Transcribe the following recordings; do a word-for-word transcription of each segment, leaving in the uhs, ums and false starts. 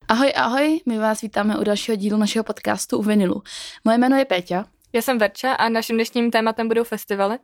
Ahoj, ahoj, my vás vítáme u dalšího dílu našeho podcastu U vinilu. Moje jméno je Péťa. Já jsem Verča a naším dnešním tématem budou festivaly.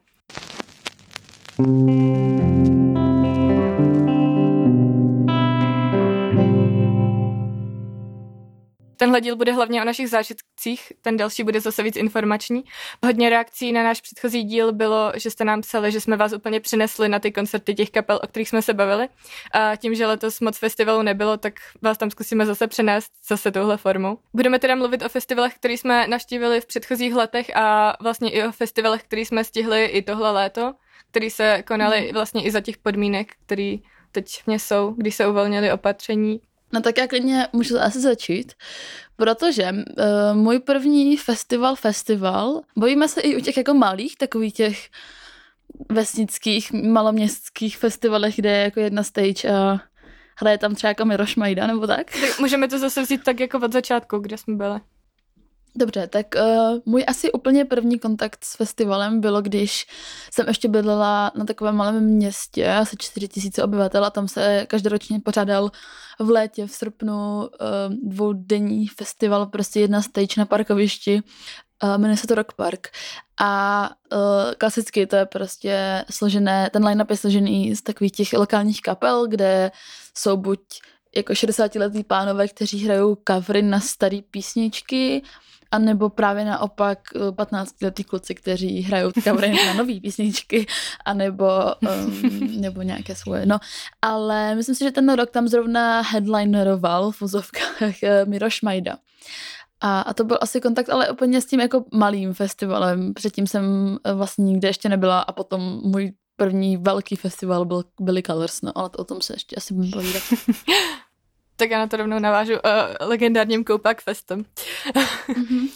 Tenhle díl bude hlavně o našich zážitcích, ten další bude zase víc informační. Hodně reakcí na náš předchozí díl bylo, že jste nám psali, že jsme vás úplně přinesli na ty koncerty těch kapel, o kterých jsme se bavili. A tím, že letos moc festivalů nebylo, tak vás tam zkusíme zase přenést zase touhle formou. Budeme teda mluvit o festivalech, které jsme navštívili v předchozích letech a vlastně i o festivalech, které jsme stihli i tohle léto, které se konaly vlastně i za těch podmínek, které teď mě jsou, když se uvolnily opatření. No tak já klidně můžu asi začít, protože uh, můj první festival, festival, bojíme se i u těch jako malých, takových těch vesnických, maloměstských festivalech, kde je jako jedna stage a hraje tam třeba jako Miroš Majda, nebo tak. Tak můžeme to zase vzít tak jako od začátku, kde jsme byli. Dobře, tak uh, můj asi úplně první kontakt s festivalem bylo, když jsem ještě bydlela na takovém malém městě, asi čtyři tisíce obyvatel, a tam se každoročně pořádal v létě, v srpnu uh, dvoudenní festival, prostě jedna stage na parkovišti, uh, jmenuje se to Rock Park. A uh, klasicky to je prostě složené, ten line-up je složený z takových těch lokálních kapel, kde jsou buď jako šedesátiletí pánové, kteří hrajou covery na staré písničky, a nebo právě naopak patnáctiletí kluci, kteří hrajou covery na nový písničky, a nebo, um, nebo nějaké svoje. No, ale myslím si, že ten rok tam zrovna headlineroval v vozovkách Miroš Majda. A, a to byl asi kontakt, ale úplně s tím jako malým festivalem. Předtím jsem vlastně nikde ještě nebyla a potom můj první velký festival byl Billy Colors, no, ale to o tom se ještě asi budu povídat. Tak já na to rovnou navážu uh, legendárním Koupák festem. Mm-hmm.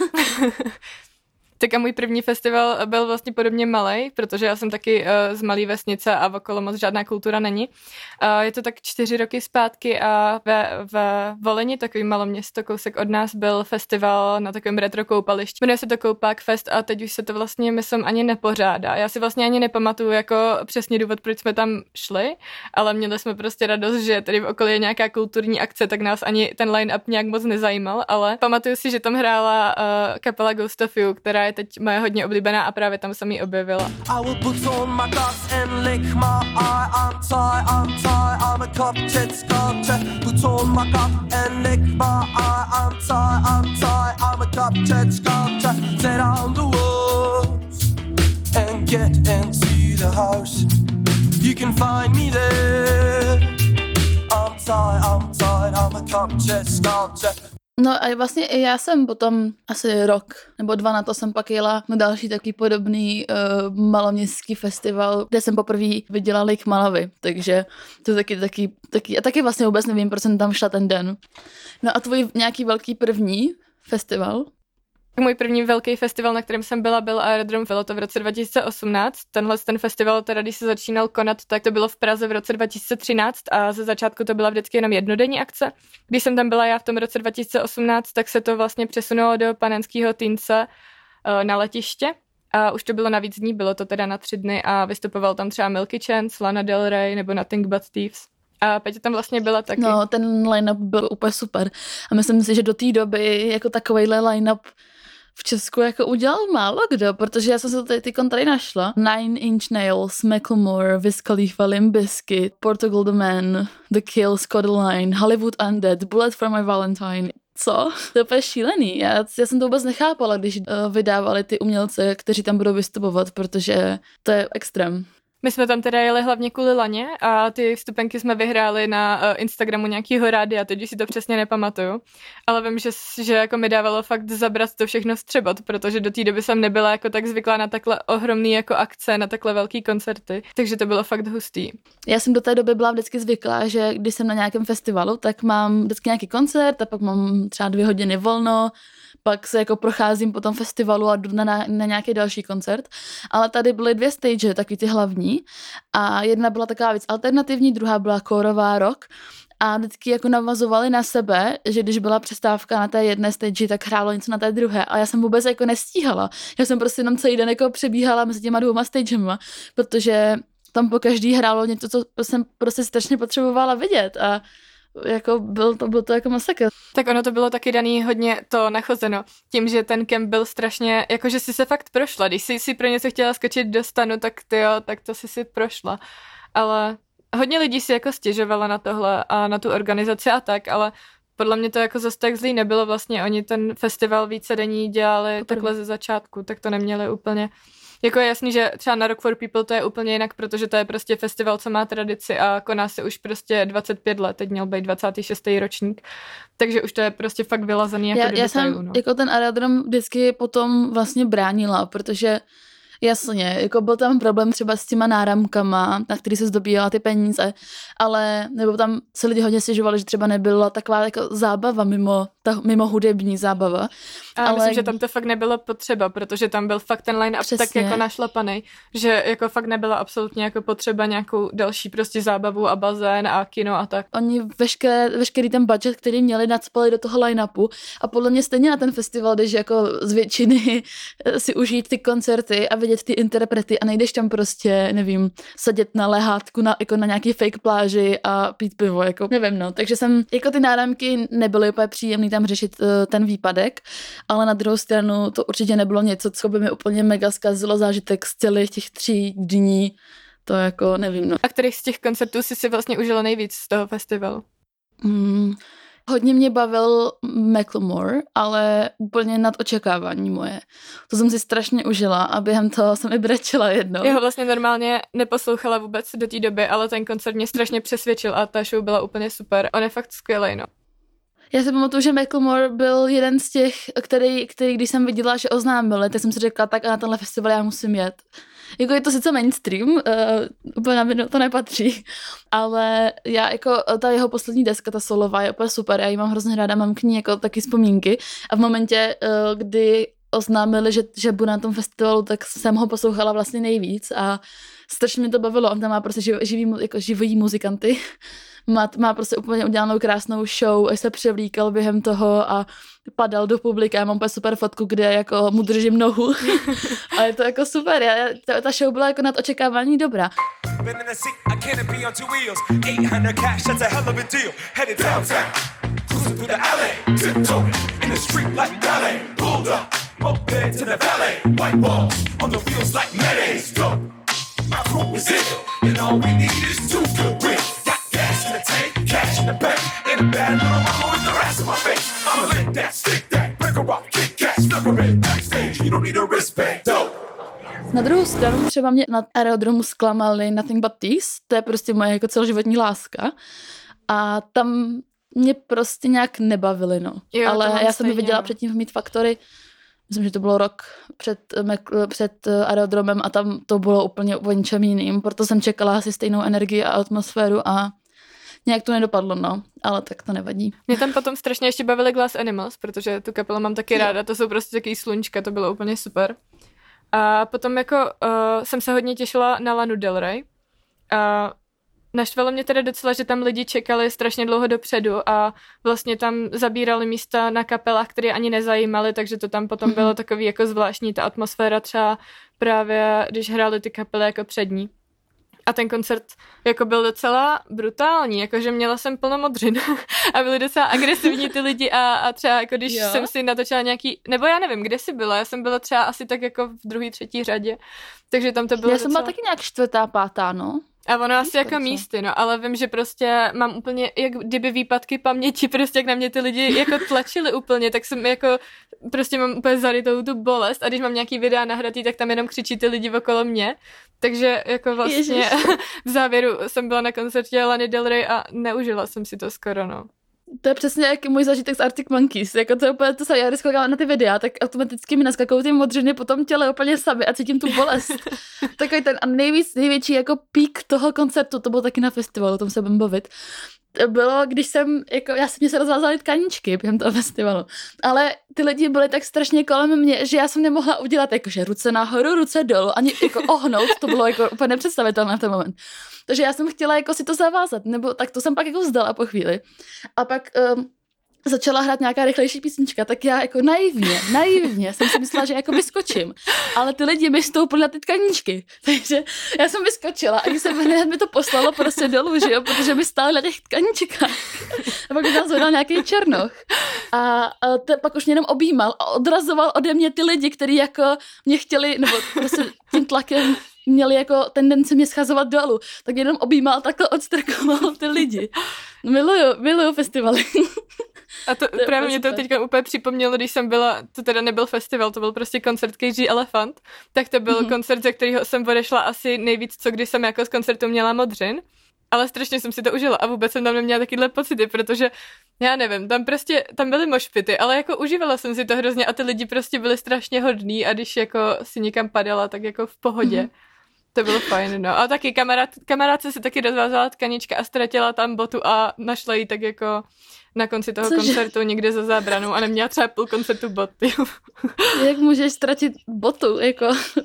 Tak a můj první festival byl vlastně podobně malej, protože já jsem taky uh, z malé vesnice a okolo moc žádná kultura není. Uh, je to tak čtyři roky zpátky a ve, ve Voleni, takový maloměsto, kousek od nás, byl festival na takovém retro koupališti. Jmenuje se to Koupák fest a teď už se to vlastně, myslím, ani nepořádá. Já si vlastně ani nepamatuju jako přesně důvod, proč jsme tam šli, ale měli jsme prostě radost, že tady v okolí je nějaká kulturní akce, tak nás ani ten line-up nějak moc nezajímal, ale pamatuju si, že tam hrála uh, kapela Ghost of You, která je teď moje hodně oblíbená a právě tam jsem ji objevila. No a vlastně i já jsem potom asi rok nebo dva na to jsem pak jela na další takový podobný uh, maloměstský festival, kde jsem poprvé viděla Lake Malawi, takže to je taky, taky, taky, a taky vlastně vůbec nevím, proč jsem tam šla ten den. No a tvůj nějaký velký první festival? Můj první velký festival, na kterém jsem byla, byl Aerodrom, bylo to v roce dva tisíce osmnáct. Tenhle ten festival, teda když se začínal konat, tak to bylo v Praze v roce dva tisíce třináct a ze začátku to byla vždycky jenom jednodenní akce. Když jsem tam byla já v tom roce dva tisíce osmnáct, tak se to vlastně přesunulo do Panenského Týnce na letiště a už to bylo na víc dní, bylo to teda na tři dny a vystupoval tam třeba Milky Chance, Lana Del Rey nebo Nothing But Thieves. A Peťa tam vlastně byla taky. No, ten line-up byl úplně super a myslím si, že do té doby jako takovejhle line-up v Česku jako udělal málo kdo, protože já jsem se tady, tady, tady našla. Nine Inch Nails, Macklemore, Wiz Khalifa, Limp Bizkit, Portugal The Man, The Kills, Codaline, Hollywood Undead, Bullet for My Valentine. Co? To je úplně šílený. Já, já jsem to vůbec nechápala, když uh, vydávali ty umělce, kteří tam budou vystupovat, protože to je extrém. My jsme tam teda jeli hlavně kvůli Laně a ty vstupenky jsme vyhráli na uh, Instagramu nějakýho rádia, teď už si to přesně nepamatuju, ale vím, že, že jako mi dávalo fakt zabrat to všechno vstřebat, protože do té doby jsem nebyla jako tak zvyklá na takhle ohromný jako akce, na takhle velký koncerty, takže to bylo fakt hustý. Já jsem do té doby byla vždycky zvyklá, že když jsem na nějakém festivalu, tak mám vždycky nějaký koncert a pak mám třeba dvě hodiny volno, pak se jako procházím po tom festivalu a jdu na, na nějaký další koncert, ale tady byly dvě stage, takový ty hlavní a jedna byla taková víc alternativní, druhá byla kórová rock a vždycky jako navazovali na sebe, že když byla přestávka na té jedné stage, tak hrálo něco na té druhé a já jsem vůbec jako nestíhala. Já jsem prostě jenom celý den jako přebíhala mezi těma dvouma stagema, protože tam po každý hrálo něco, co jsem prostě strašně potřebovala vidět a jako byl to, byl to jako masakr. Tak ono to bylo taky daný hodně to nachozeno. Tím, že ten kemp byl strašně, jakože si se fakt prošla. Když jsi si pro něco chtěla skočit do stanu, tak ty jo, tak to si si prošla. Ale hodně lidí si jako stěžovalo na tohle a na tu organizaci a tak, ale podle mě to jako zase tak zlý nebylo. Vlastně oni ten festival vícedenní dělali takhle ze začátku, tak to neměli úplně. Jako je jasný, že třeba na Rock for People to je úplně jinak, protože to je prostě festival, co má tradici a koná se už prostě dvacet pět let, teď měl být dvacátý šestý ročník, takže už to je prostě fakt vylazený jako já, do já detailu. jsem no. jako ten aerodrom vždycky potom vlastně bránila, protože jasně, jako byl tam problém třeba s těma náramkama, na který se zdobíjela ty peníze, ale nebo tam se lidi hodně stěžovali, že třeba nebyla taková jako zábava mimo, ta, mimo hudební zábava. A ale myslím, že tam to fakt nebylo potřeba, protože tam byl fakt ten line-up tak jako našlapaný, že jako fakt nebyla absolutně jako potřeba nějakou další prostě zábavu a bazén a kino a tak. Oni veškeré, veškerý ten budget, který měli, nacpali do toho line-upu a podle mě stejně na ten festival, když jako z většiny si užít ty koncerty a vidět ty interprety a nejdeš tam prostě, nevím, sedět na lehátku na, jako na nějaký fake pláži a pít pivo, jako nevím, no. Takže jsem, jako ty náramky nebyly úplně příjemný tam řešit uh, ten výpadek, ale na druhou stranu to určitě nebylo něco, co by mi úplně mega zkazilo zážitek z celých těch tří dní, to jako nevím, no. A kterých z těch koncertů jsi si vlastně užila nejvíc z toho festivalu? Hmm. Hodně mě bavil Macklemore, ale úplně nad očekávání moje. To jsem si strašně užila a během toho jsem i brečela jednou. Já ho vlastně normálně neposlouchala vůbec do té doby, ale ten koncert mě strašně přesvědčil a ta show byla úplně super. On je fakt skvělej, no. Já si pamatuju, že Macklemore byl jeden z těch, který, který když jsem viděla, že oznámili, tak jsem si řekla, tak a na tenhle festival já musím jet. Jako je to sice mainstream, uh, úplně na mě to nepatří, ale já jako ta jeho poslední deska, ta solová je úplně super, já ji mám hrozně ráda, mám k ní jako taky vzpomínky a v momentě, uh, kdy oznámili, že, že bude na tom festivalu, tak jsem ho poslouchala vlastně nejvíc a strašně mi to bavilo, on tam má prostě živ, živý, jako živý muzikanty, má, má prostě úplně udělanou krásnou show, až se převlíkal během toho a padal do publika, já mám úplně super fotku, kde jako mu držím nohu a je to jako super, já, ta, ta show byla jako nad očekávání dobrá. Cash in the bank, in a bad little mama with the rest of my face. I'ma lick that, stick that, break her off, kick that, stuck her in backstage. You don't need a wristband, dope. Na druhou stranu třeba mě na aerodromu zklamali Nothing But Thieves, to je prostě moje jako celoživotní láska a tam mě prostě nějak nebavili, no. Jo, ale já jsem ji viděla předtím v Meat Factory, myslím, že to bylo rok před, před aerodromem a tam to bylo úplně o ničem jiným, proto jsem čekala asi stejnou energii a atmosféru a nějak to nedopadlo, no, ale tak to nevadí. Mě tam potom strašně ještě bavili Glass Animals, protože tu kapelu mám taky ráda, to jsou prostě takový sluníčka, to bylo úplně super. A potom jako uh, jsem se hodně těšila na Lanu Del Rey. A naštvalo mě teda docela, že tam lidi čekali strašně dlouho dopředu a vlastně tam zabírali místa na kapelách, které ani nezajímaly, takže to tam potom mm-hmm. bylo takový jako zvláštní, ta atmosféra třeba právě, když hrály ty kapely jako přední. A ten koncert jako byl docela brutální, jakože měla jsem plno modřin a byli docela agresivní ty lidi a, a třeba jako když jo. jsem si natočila nějaký, nebo já nevím, kde jsi byla, já jsem byla třeba asi tak jako v druhé, třetí řadě, takže tam to bylo Já docela... jsem byla taky nějak čtvrtá, pátá, no. A ono asi jako místy, no, ale vím, že prostě mám úplně, jak kdyby výpadky paměti, prostě jak na mě ty lidi jako tlačili úplně, tak jsem jako, prostě mám úplně zarytou tu bolest a když mám nějaký videa nahratý, tak tam jenom křičí ty lidi okolo mě, takže jako vlastně v závěru jsem byla na koncertě Lany Del Rey a neužila jsem si to skoro, no. To je přesně jak můj zážitek z Arctic Monkeys, jako to je úplně to se, já když koukám na ty videa, tak automaticky mi naskakují ty modřiny po tom těle úplně sami a cítím tu bolest. Takový ten a nejvíc, největší jako pík toho koncertu, to bylo taky na festivalu, o tom se budeme bavit, bylo, když jsem, jako, já jsem mě se rozvázaly tkaníčky během toho festivalu, ale ty lidi byli tak strašně kolem mě, že já jsem nemohla udělat jakože ruce nahoru, ruce dolů, ani jako ohnout, to bylo jako úplně nepředstavitelné v ten moment. Takže já jsem chtěla jako si to zavázat, nebo tak to jsem pak jako vzdala po chvíli. A pak um, začala hrát nějaká rychlejší písnička, tak já jako naivně, naivně jsem si myslela, že jako vyskočím. Ale ty lidi mi stoupili na ty tkaníčky. Takže já jsem vyskočila a když jsem hned mi to poslalo prostě dolů, že jo, protože mi stáli na těch tkaníčkách. A pak mi tam zvedal nějaký černoch. A, a te, pak už mě jenom objímal a odrazoval ode mě ty lidi, kteří jako mě chtěli, nebo prostě tím tlakem měli jako tendenci mě schazovat dolů. Tak jenom objímal, takhle odstrkoval ty lidi. Miluju, miluju festivaly. A to, to právě mě to teďka úplně připomnělo, když jsem byla, to teda nebyl festival, to byl prostě koncert K G Elephant, tak to byl mm-hmm. koncert, ze kterého jsem odešla asi nejvíc, co když jsem jako z koncertu měla modřin, ale strašně jsem si to užila a vůbec jsem tam neměla takovýhle pocity, protože já nevím, tam prostě, tam byly mošpity, ale jako užívala jsem si to hrozně a ty lidi prostě byli strašně hodní a když jako si někam padala, tak jako v pohodě. Mm-hmm. To bylo fajn, no. A taky kamarád, kamarádce si taky rozvázala tkanička a ztratila tam botu a našla ji tak jako na konci toho Cože? koncertu někde za zábranou a neměla třeba půl koncertu boty. Jak můžeš ztratit botu, jako...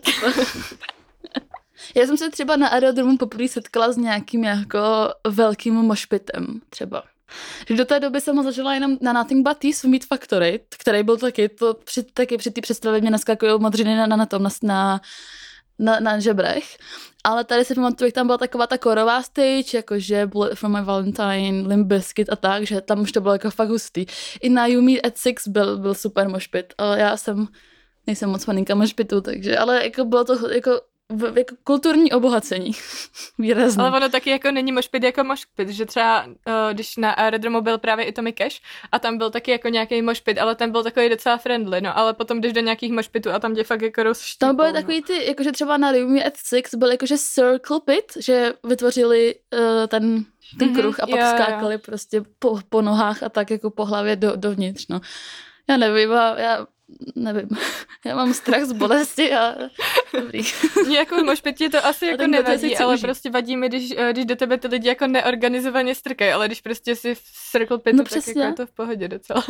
Já jsem se třeba na aerodromu poprvé setkala s nějakým jako velkým mošpitem třeba. Že do té doby jsem ho zažila jenom na Nothing But Thieves v Meat Factory, který byl taky, to při, taky při té představě mě naskakují modřiny na, na tom, na, na Na, na žebrech, ale tady si pamatuju, jak tam byla taková ta korová stage, jakože Bullet for My Valentine, Limp Bizkit a tak, že tam už to bylo jako fakt hustý. I na You Meet at Six byl, byl super mošpit, ale já jsem, nejsem moc faninka mošpitu, takže, ale jako bylo to jako, jako kulturní obohacení. Výrazný. Ale ono taky jako není mošpit jako mošpit, že třeba uh, když na aerodromu byl právě i Tommy Cash a tam byl taky jako nějaký mošpit, ale ten byl takový docela friendly, no, ale potom jdeš do nějakých mošpitů a tam tě fakt jako rozštípou. Tam byly no. takový ty, jakože třeba na Rumi at Six byl jakože circle pit, že vytvořili uh, ten, ten mm-hmm, kruh a pak jo, skákali jo. prostě po, po nohách a tak jako po hlavě do, dovnitř, no. Já nevím, já nevím, já mám strach z bolesti a dobrý. Mně jako mošpitě to asi jako nevadí, ale užít. Prostě vadí mi, když, když do tebe ty lidi jako neorganizovaně strkají, ale když prostě si v circle pitu, no, tak jako je to v pohodě docela.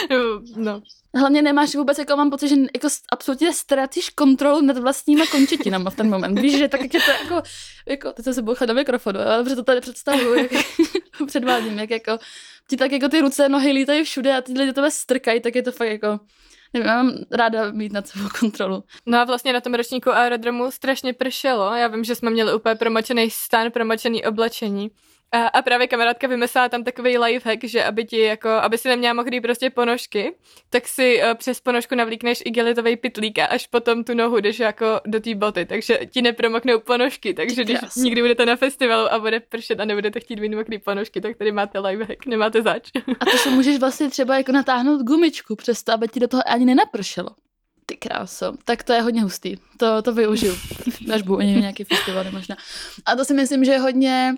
No. Hlavně nemáš vůbec, jako mám pocit, že jako absolutně ztratíš kontrolu nad vlastníma končetinama v ten moment. Víš, že tak jak je to jako, jako teď jsem se bouchala do mikrofonu, ale dobře to tady představuju, jak předvádím, jak jako ti tak jako ty ruce, nohy lítají všude a ty lidi do tebe strkají, tak je to fakt jako... Nevím, já mám ráda mít nad sebou kontrolu. No a vlastně na tom ročníku aerodromu strašně pršelo. Já vím, že jsme měli úplně promočený stan, promočený oblečení. A, a právě kamarádka vymyslela tam takový lifehack, že aby ti jako, aby si neměla mokrý prostě ponožky, tak si uh, přes ponožku navlíkneš igelitový pytlík a až potom tu nohu jdeš jako do té boty, takže ti nepromoknou ponožky, takže když Krásný. Nikdy budete na festivalu a bude pršet a nebudete chtít mít mokrý ponožky, tak tady máte lifehack, nemáte zač. A to si můžeš vlastně třeba jako natáhnout gumičku přesto, aby ti do toho ani nenapršelo. Ty kráso, tak to je hodně hustý, to, to využiju, až budu nějaký festival možná. A to si myslím, že je hodně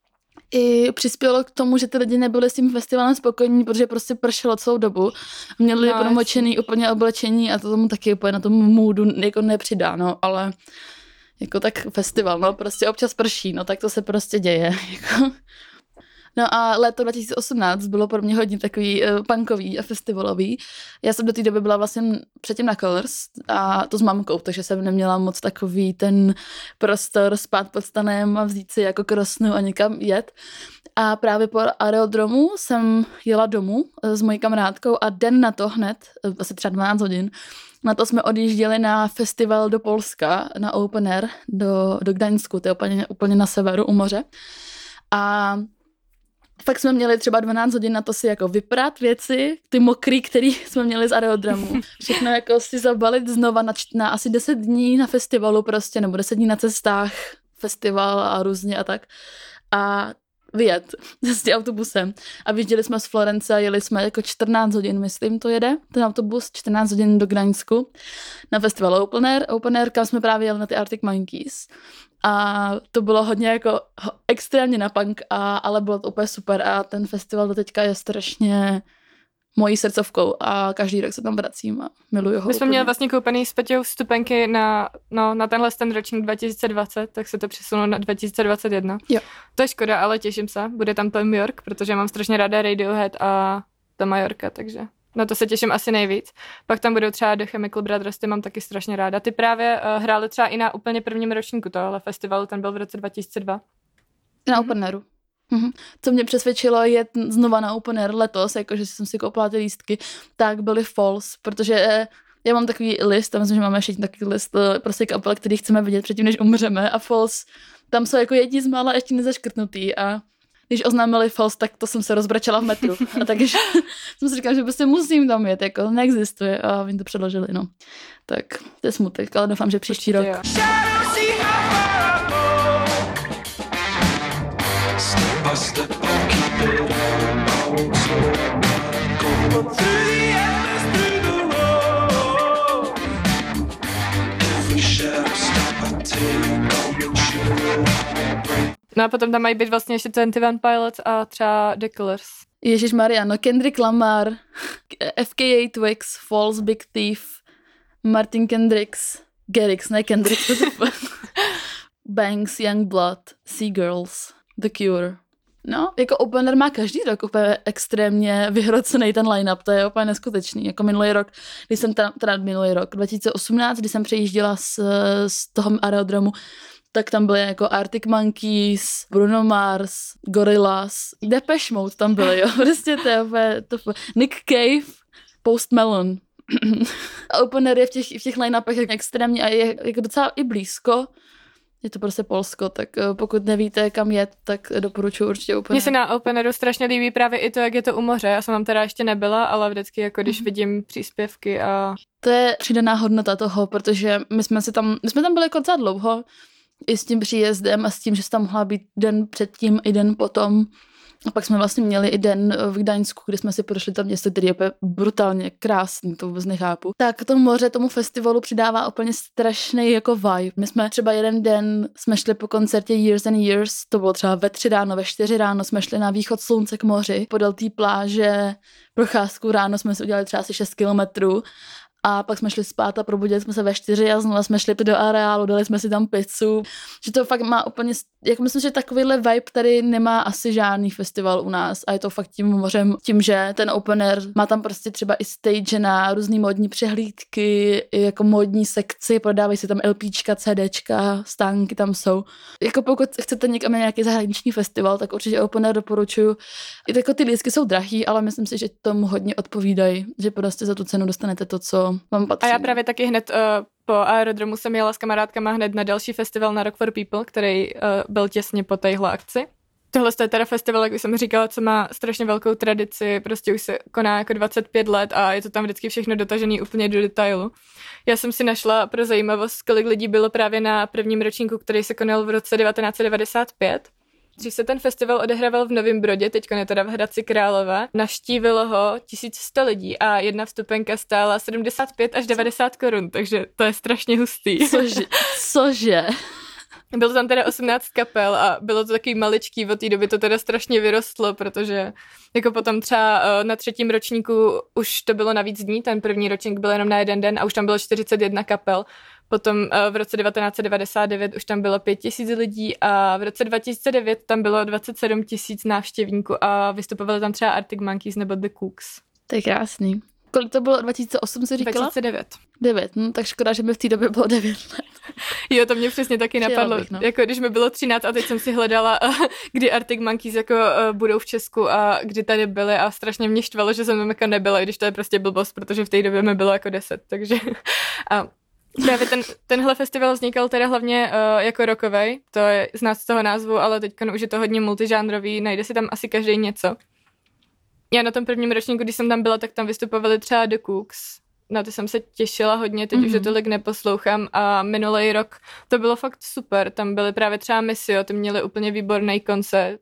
i přispělo k tomu, že ty lidi nebyli s tím festivalem spokojení, protože prostě pršelo celou dobu. Měli no, promočený úplně oblečení a to tomu taky úplně na tom moodu jako nepřidá, no, ale jako tak festival, no, prostě občas prší, no, tak to se prostě děje, jako. No a léto dva tisíce osmnáct bylo pro mě hodně takový uh, punkový a festivalový. Já jsem do té doby byla vlastně předtím na Colors a to s mamkou, takže jsem neměla moc takový ten prostor spát pod stanem a vzít si jako krosnu a někam jet. A právě po aerodromu jsem jela domů uh, s mojí kamarádkou a den na to hned, uh, asi třeba dvanáct hodin, na to jsme odjížděli na festival do Polska, na Open Air, do, do Gdaňsku, to je úplně, úplně na severu u moře. A fakt jsme měli třeba dvanáct hodin na to si jako vyprat věci, ty mokrý, který jsme měli z aerodromu. Všechno jako si zabalit znova na, na asi deset dní na festivalu prostě, nebo deset dní na cestách, festival a různě a tak. A vyjet s tím autobusem. A vyjížděli jsme z Florence a jeli jsme jako čtrnáct hodin, myslím, to jede, ten autobus, čtrnáct hodin do Gdaňsku na festival Open Air, Open Air, kam jsme právě jeli na ty Arctic Monkeys. A to bylo hodně jako extrémně na punk, a, ale bylo to úplně super a ten festival do teďka je strašně mojí srdcovkou a každý rok se tam vracím a miluju ho. My jsme měli vlastně koupený s Peťou vstupenky na, no, na tenhle ten ročník dva tisíce dvacet, tak se to přesunulo na dva tisíce dvacet jedna. Jo. To je škoda, ale těším se. Bude tam Tom York, protože mám strašně ráda Radiohead a ta Majorka, takže na to se těším asi nejvíc. Pak tam budou třeba The Chemical Brothers, ty mám taky strašně ráda. Ty právě uh, hráli třeba i na úplně prvním ročníku tohle festivalu, ten byl v roce dva tisíce dva. Na Open Airu. Mm-hmm. Co mě přesvědčilo jet znova na open air letos, jakože jsem si koupila ty lístky, tak byly Falls, protože já mám takový list, a myslím, že máme všichni takový list prostě kapel, který chceme vidět předtím, než umřeme, a Falls, tam jsou jako jedni z mála ještě nezaškrtnutý a když oznámili Falls, tak to jsem se rozbračela v metru. A takže jsem si říkala, že prostě musím tam jet, jako neexistuje a oni to předložili, no. Tak to je smutek, ale doufám, že příští rok. No a potom tam mají být vlastně ještě dvacet jedna Pilots a třeba The Killers. Ježišmarja, no Kendrick Lamar, F K A Twigs, Falls, Big Thief, Martin Kendricks, Garrix, ne Kendricks, Banks, Youngblood, Seagirls, The Cure. No, jako opener má každý rok úplně extrémně vyhrocený ten line-up, to je úplně neskutečný. Jako minulý rok, když jsem teda, teda minulý rok, dva tisíce osmnáct, když jsem přejížděla z, z toho aerodromu, tak tam byly jako Arctic Monkeys, Bruno Mars, Gorillaz, Depeche Mode tam byly, jo, prostě to je úplně, to je, Nick Cave, Post Malone. Opener je v těch, v těch line-upech extrémně a je jako docela i blízko. Je to prostě Polsko, tak pokud nevíte, kam jet, tak doporučuji určitě Opener. Mně se na Openeru strašně líbí právě i to, jak je to u moře. Já jsem tam teda ještě nebyla, ale vždycky, jako když mm-hmm. vidím příspěvky a... To je přidaná hodnota toho, protože my jsme si tam, my jsme tam byli jako docela dlouho, i s tím příjezdem a s tím, že jsi tam mohla být den předtím i den potom. A pak jsme vlastně měli i den v Gdaňsku, kde jsme si prošli tam město, který je úplně brutálně krásný, to vůbec nechápu. Tak to moře tomu festivalu přidává úplně strašný jako vibe. My jsme třeba jeden den jsme šli po koncertě Years and Years, to bylo třeba ve tři ráno, ve čtyři ráno jsme šli na východ slunce k moři, podél té pláže, procházku ráno jsme si udělali třeba asi šest kilometrů. A pak jsme šli spát a probudili jsme se ve čtyři a znovu jsme šli do areálu, dali jsme si tam pizzu. Že to fakt má úplně, jako myslím, že takovýhle vibe tady nemá asi žádný festival u nás a je to fakt tím mořem, tím, že ten open air má tam prostě třeba i stage na různý módní přehlídky, jako módní sekci, prodávají se tam LPčka, CDčka, stánky tam jsou. Jako pokud chcete někam na nějaký zahraniční festival, tak určitě open air doporučuju. I jako ty lístky jsou drahý, ale myslím si, že tomu hodně odpovídají, že prostě za tu cenu dostanete to, co vám patří. A já právě taky hned uh, po aerodromu jsem jela s kamarádkama hned na další festival na Rock for People, který uh, byl těsně po téhle akci. Tohle je teda festival, jak už jsem říkala, co má strašně velkou tradici, prostě už se koná jako dvacet pět let a je to tam vždycky všechno dotažený úplně do detailu. Já jsem si našla pro zajímavost, kolik lidí bylo právě na prvním ročníku, který se konal v roce devatenáct set devadesát pět. Když se ten festival odehrával v Novém Brodě, teďko je teda v Hradci Králové, navštívilo ho tisíc sto lidí a jedna vstupenka stála sedmdesát pět až devadesát korun, takže to je strašně hustý. Cože? Cože? Bylo tam teda osmnáct kapel a bylo to takový maličký, od té doby to teda strašně vyrostlo, protože jako potom třeba na třetím ročníku už to bylo na víc dní, ten první ročník byl jenom na jeden den a už tam bylo čtyřicet jedna kapel. Potom v roce devatenáct set devadesát devět už tam bylo pět tisíc lidí a v roce dva tisíce devět tam bylo dvacet sedm tisíc návštěvníků a vystupovali tam třeba Arctic Monkeys nebo The Cooks. To je krásný. Kolik to bylo? dva tisíce osm si říkala? dva tisíce devět. devět, no tak škoda, že mi v té době bylo devět let. Jo, to mě přesně taky Přijela napadlo. bych, no. Jako když mi bylo třináct a teď jsem si hledala, kdy Arctic Monkeys jako budou v Česku a kdy tady byly a strašně mě štvalo, že jsem tam jako nebyla, i když to je prostě blbost, protože v té době mi bylo jako deset, takže... A právě ten, tenhle festival vznikal teda hlavně uh, jako rockovej, to je znát z toho názvu, ale teď už je to hodně multižánrový, najde si tam asi každý něco. Já na tom prvním ročníku, když jsem tam byla, tak tam vystupovali třeba The Cooks. Na to jsem se těšila hodně, teď mm-hmm. už je tolik neposlouchám a minulý rok to bylo fakt super. Tam byly právě třeba Missio, ty měli úplně výborný koncert.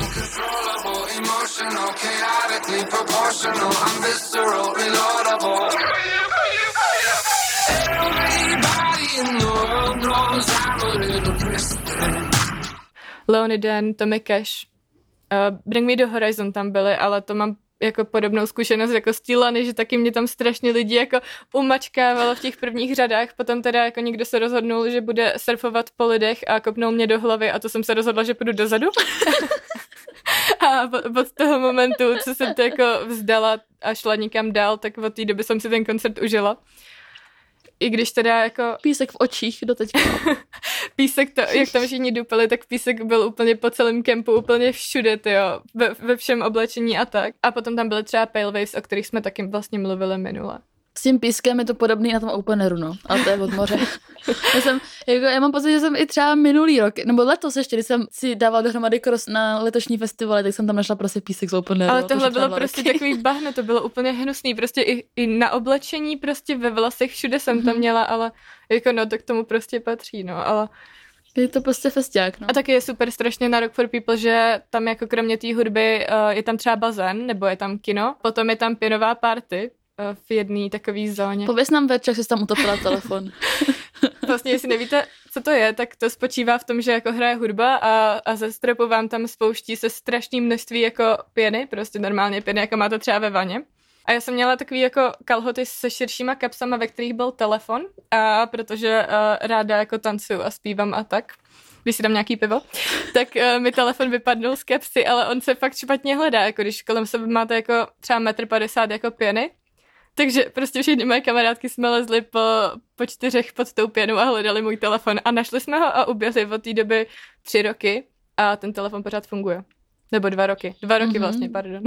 Leoniden, Tommy Cash, uh, Bring Me the Horizon tam byly, ale to mám jako podobnou zkušenost jako s Lany, že taky mě tam strašně lidi jako umačkávalo v těch prvních řadách, potom teda jako někdo se rozhodnul, že bude surfovat po lidech a kopnul mě do hlavy a to jsem se rozhodla, že půjdu dozadu. A od toho momentu, co jsem to jako vzdala a šla někam dál, tak od té doby jsem si ten koncert užila. I když teda jako... Písek v očích do teďka. Písek, to, jak tam všichni dupali, tak písek byl úplně po celém kempu, úplně všude, tyjo, ve, ve všem oblečení a tak. A potom tam byly třeba Pale Waves, o kterých jsme taky vlastně mluvili minule. S tím pískem je to podobný na tom Openeru, no. Ale to je od moře. já, jsem, jako, já mám pocit, že jsem i třeba minulý rok, nebo letos ještě, když jsem si dával dohromady cross na letošní festivaly, tak jsem tam našla prostě písek z Openeru. Ale tohle bylo prostě taky. Takový bahno, to bylo úplně hnusný, prostě i, i na oblečení, prostě ve vlasech, všude jsem to měla, ale jako no, to k tomu prostě patří, no, ale... Je to prostě festiák, no. A taky je super strašně na Rock for People, že tam jako kromě té hudby uh, je tam třeba bazén, nebo je tam kino, potom je tam pianová party, v jedné takové zóně. Pověz nám večer, že jsi tam utopila telefon. Vlastně, jestli nevíte, co to je, tak to spočívá v tom, že jako hraje hudba a, a ze stropu vám tam spouští se strašné množství jako pěny, prostě normálně pěny, jako máte třeba ve vaně. A já jsem měla takový jako kalhoty se širšíma kapsama, ve kterých byl telefon, a protože uh, ráda jako tancuju a zpívám a tak, když si dám nějaký pivo, tak uh, mi telefon vypadnul z kapsy, ale on se fakt špatně hledá, jako když kolem sebe máte jako třeba metr padesát jako pěny. Takže prostě všechny moje kamarádky jsme lezli po, po čtyřech pod tou pěnou a hledali můj telefon a našli jsme ho a uběhli od té doby tři roky a ten telefon pořád funguje. Nebo dva roky. Dva roky mm-hmm. vlastně, pardon.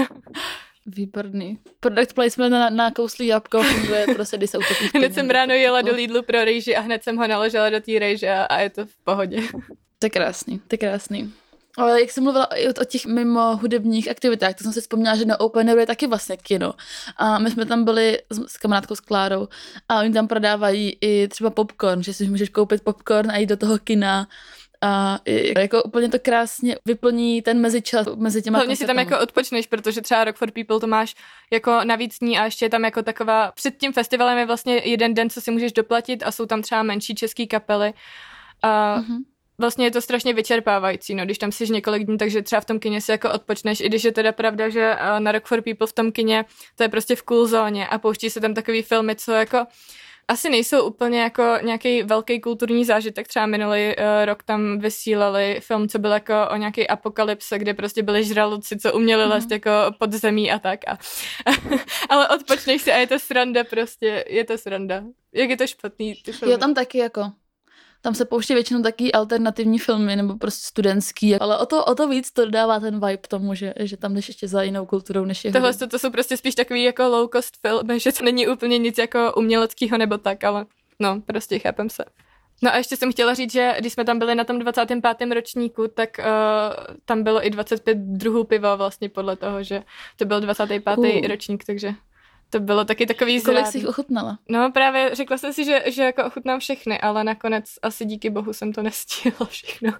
Výborný. Product placement na, na kouslí jabko funguje prostě, když se utopí. Hned jsem ráno jela do Lidlu pro rejži a hned jsem ho naložila do té rejže a, a je to v pohodě. To je krásný, to je krásný. Ale jak jsem mluvila o, o těch mimo hudebních aktivitách, tak jsem si vzpomněla, že na Openeru je taky vlastně kino. A my jsme tam byli s, s kamarádkou s Klárou a oni tam prodávají i třeba popcorn, že si můžeš koupit popcorn a jít do toho kina. A jako úplně to krásně vyplní ten mezičas mezi těma hlavně si tam jako odpočneš, protože třeba Rock for People to máš jako navíc dní a ještě je tam jako taková, před tím festivalem je vlastně jeden den, co si můžeš doplatit a jsou tam třeba menší český kapely. A mm-hmm. vlastně je to strašně vyčerpávající, no, když tam jsi několik dní, takže třeba v tom kině si jako odpočneš, i když je teda pravda, že na Rock for People v tom kině to je prostě v cool zóně a pouští se tam takový filmy, co jako asi nejsou úplně jako nějaký velký kulturní zážitek. Třeba minulý uh, rok tam vysílali film, co byl jako o nějaký apokalypse, kde prostě byli žraloci, co uměli mm. lézt jako pod zemí a tak. A, ale odpočneš si a je to sranda prostě, je to sranda. Jak je to špatný, ty filmy. Jo, tam taky jako... Tam se pouští většinou taky alternativní filmy, nebo prostě studentský, ale o to, o to víc to dává ten vibe tomu, že, že tam jdeš ještě za jinou kulturou, než je Tohle to, to jsou prostě spíš takový jako low cost filmy, že to není úplně nic jako uměleckého nebo tak, ale no, prostě chápem se. No a ještě jsem chtěla říct, že když jsme tam byli na tom dvacátém pátém ročníku, tak uh, tam bylo i dvacet pět druhů piva vlastně podle toho, že to byl dvacátý pátý Uh. ročník, takže... To bylo taky takový zrádný. Kolik jsi jich ochutnala? No právě řekla jsem si, že, že jako ochutnám všechny, ale nakonec asi díky bohu jsem to nestihla všechno.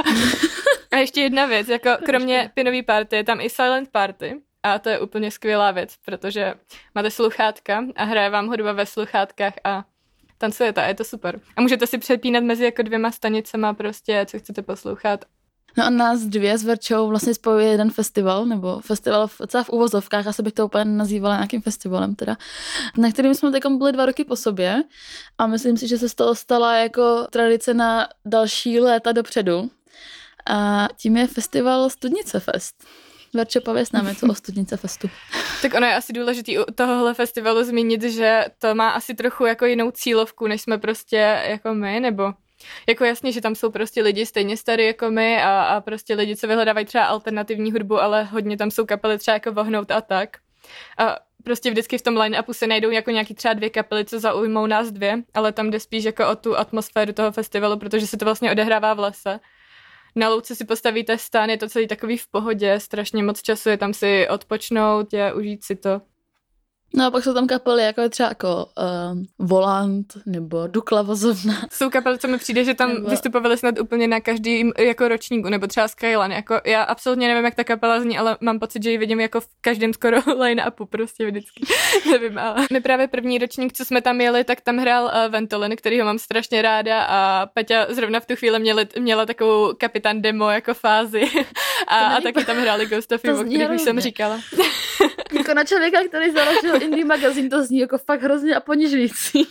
A ještě jedna věc, jako kromě pinový party je tam i silent party a to je úplně skvělá věc, protože máte sluchátka a hraje vám hudba ve sluchátkách a tancujete a je to super. A můžete si přepínat mezi jako dvěma stanicema prostě, co chcete poslouchat. No a nás dvě s Verčou vlastně spojuje jeden festival, nebo festival v, celá v uvozovkách, asi bych to úplně nazývala nějakým festivalem teda, na kterým jsme teď byli dva roky po sobě a myslím si, že se z toho stala jako tradice na další léta dopředu a tím je festival Studnice Fest. Verčo, pověz nám něco o Studnice Festu. Tak ono je asi důležitý u tohohle festivalu zmínit, že to má asi trochu jako jinou cílovku, než jsme prostě jako my, nebo... Jako jasně, že tam jsou prostě lidi stejně starý jako my a, a prostě lidi, co vyhledávají třeba alternativní hudbu, ale hodně tam jsou kapely třeba jako Vohnout a tak. A prostě vždycky v tom line-upu se najdou jako nějaký třeba dvě kapely, co zaujmou nás dvě, ale tam jde spíš jako o tu atmosféru toho festivalu, protože se to vlastně odehrává v lese. Na louce si postavíte stán, je to celý takový v pohodě, strašně moc času je tam si odpočnout, je užít si to. No a pak jsou tam kapely, jako je třeba jako um, Volant nebo Dukla vozovna. Jsou kapely, co mi přijde, že tam nebo... vystupovali snad úplně na každý jako ročníku, nebo třeba Skyline. Jako, já absolutně nevím, jak ta kapela zní, ale mám pocit, že ji vidím jako v každém skoro line-upu prostě vždycky. Nevím, ale... My právě první ročník, co jsme tam jeli, tak tam hrál uh, Ventolin, kterýho mám strašně ráda a Peťa zrovna v tu chvíli měli, měla takovou kapitán demo jako fázi a, a taky tam hráli Ghost of Eve, o kterých už jsem říkala. Jako na člověka, který založil indie magazín, to zní jako fakt hrozně a ponižující.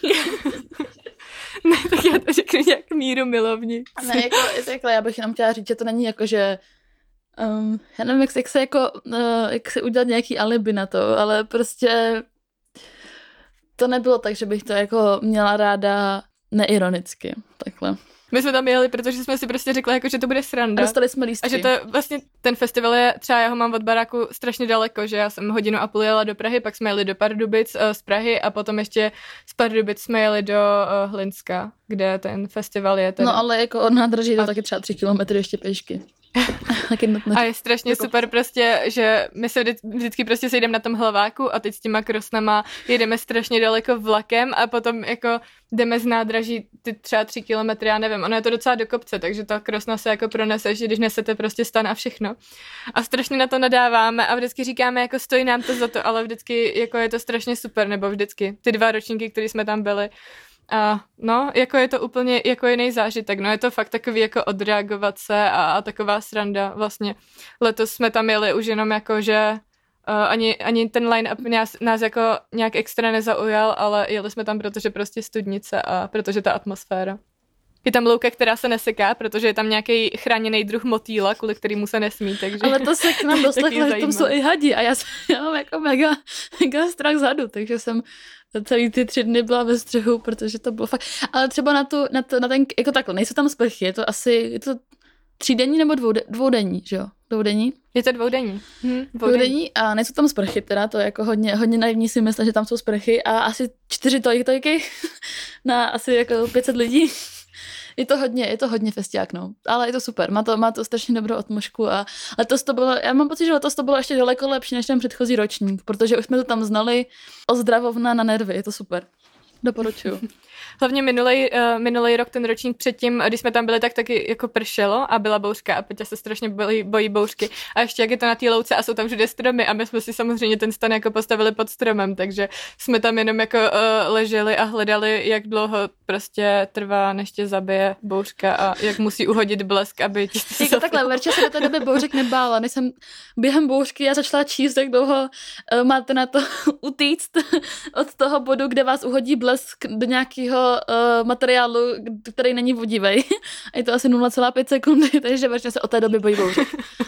Ne, tak já to řeknu nějak míru milovník. Ne, jako, takhle, já bych jenom chtěla říct, že to není jako, že um, já nevím, jak, jak se jako, uh, jak se udělat nějaký alibi na to, ale prostě To nebylo tak, že bych to jako měla ráda neironicky, takhle. My jsme tam jeli, protože jsme si prostě řekli, jako, že to bude sranda. A dostali jsme lístky. A že to vlastně ten festival je, třeba já ho mám od baráku strašně daleko, že já jsem hodinu a půl jela do Prahy, pak jsme jeli do Pardubic uh, z Prahy a potom ještě z Pardubic jsme jeli do uh, Hlinska, kde ten festival je. Teda. No ale jako od nádraží to a... taky třeba tři kilometry ještě pěšky. A je strašně super prostě, že my se vždy, vždycky prostě sejdeme na tom hlaváku a teď s těma krosnama jedeme strašně daleko vlakem a potom jako jdeme z nádraží ty třeba tři kilometry, já nevím, ono je to docela do kopce, takže ta krosna se jako pronese, že když nesete prostě stan a všechno. A strašně na to nadáváme a vždycky říkáme, jako stojí nám to za to, ale vždycky jako je to strašně super, nebo vždycky ty dva ročníky, které jsme tam byli. A no, jako je to úplně jako jiný zážitek, no je to fakt takový jako odreagovat se a, a taková sranda vlastně. Letos jsme tam jeli už jenom jako, že uh, ani, ani ten line-up nás, nás jako nějak extra nezaujal, ale jeli jsme tam, protože prostě studnice a protože ta atmosféra. Je tam louka, která se neseká, protože je tam nějaký chráněný druh motýla, kvůli kterému se nesmí, takže... Ale to se k nám doslechlo, že tam jsou i hadi a já, jsem, já mám jako mega, mega strach zadu, takže jsem celý ty tři dny byla ve střehu, protože to bylo fakt... Ale třeba na, tu, na, to, na ten, jako takhle, nejsou tam sprchy, je to asi, je to třídenní nebo dvoude, dvoudenní, že jo? Dvoudenní? Je to dvoudenní. Hm, dvoudenní. Dvoudenní a nejsou tam sprchy, teda to je jako hodně, hodně naivní si myslet, že tam jsou sprchy a asi čtyři tojky, tojky na asi jako pět set lidí. Je to hodně, je to hodně festiák, no. Ale je to super, má to, má to strašně dobrou atmosféru a letos to bylo, já mám pocit, že letos to bylo ještě daleko lepší než ten předchozí ročník, protože už jsme to tam znali ozdravovna na nervy, je to super. Doporučuju. Hlavně minulej, uh, minulej rok, ten ročník předtím, když jsme tam byli, tak taky jako pršelo a byla bouřka a Peťa se strašně bojí, bojí bouřky. A ještě jak je to na té louce a jsou tam všude stromy a my jsme si samozřejmě ten stan jako postavili pod stromem, takže jsme tam jenom jako uh, leželi a hledali, jak dlouho prostě trvá, než tě zabije bouřka a jak musí uhodit blesk, aby ti to jako takhle, Verča se do té doby bouřek nebála, než jsem během bouřky já začala číst, jak dlouho uh, máte na to utíct od toho bodu, kde vás uhodí blesk do nějakého uh, materiálu, který není vodivej. A je to asi nula celá pět sekundy, takže Verča se od té doby bojí bouřek.